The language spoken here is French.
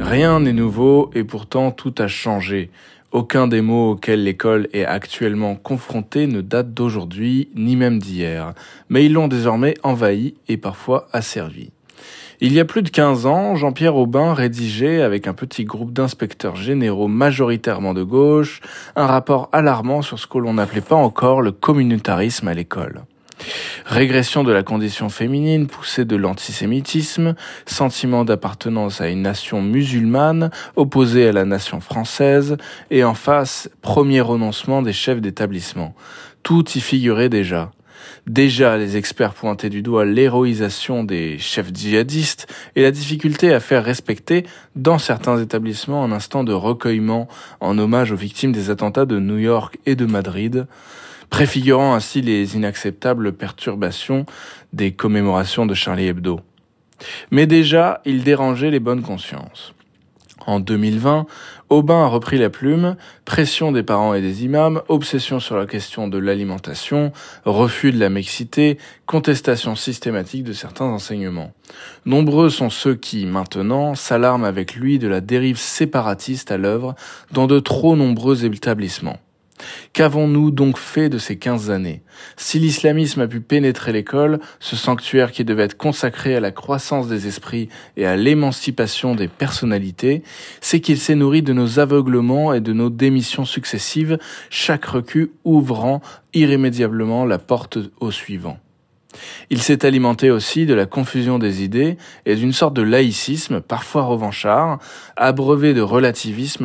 Rien n'est nouveau et pourtant tout a changé. Aucun des maux auxquels l'école est actuellement confrontée ne date d'aujourd'hui, ni même d'hier. Mais ils l'ont désormais envahi et parfois asservi. Il y a plus de 15 ans, Jean-Pierre Aubin rédigeait, avec un petit groupe d'inspecteurs généraux majoritairement de gauche, un rapport alarmant sur ce que l'on n'appelait pas encore le communautarisme à l'école. Régression de la condition féminine poussée de l'antisémitisme, sentiment d'appartenance à une nation musulmane opposée à la nation française, et en face, premier renoncement des chefs d'établissement. Tout y figurait déjà. Déjà, les experts pointaient du doigt l'héroïsation des chefs djihadistes et la difficulté à faire respecter, dans certains établissements, un instant de recueillement en hommage aux victimes des attentats de New York et de Madrid, préfigurant ainsi les inacceptables perturbations des commémorations de Charlie Hebdo. Mais déjà, il dérangeait les bonnes consciences. En 2020, Aubin a repris la plume, pression des parents et des imams, obsession sur la question de l'alimentation, refus de la mixité, contestation systématique de certains enseignements. Nombreux sont ceux qui, maintenant, s'alarment avec lui de la dérive séparatiste à l'œuvre dans de trop nombreux établissements. Qu'avons-nous donc fait de ces 15 années ? Si l'islamisme a pu pénétrer l'école, ce sanctuaire qui devait être consacré à la croissance des esprits et à l'émancipation des personnalités, c'est qu'il s'est nourri de nos aveuglements et de nos démissions successives, chaque recul ouvrant irrémédiablement la porte au suivant. Il s'est alimenté aussi de la confusion des idées et d'une sorte de laïcisme, parfois revanchard, abreuvé de relativisme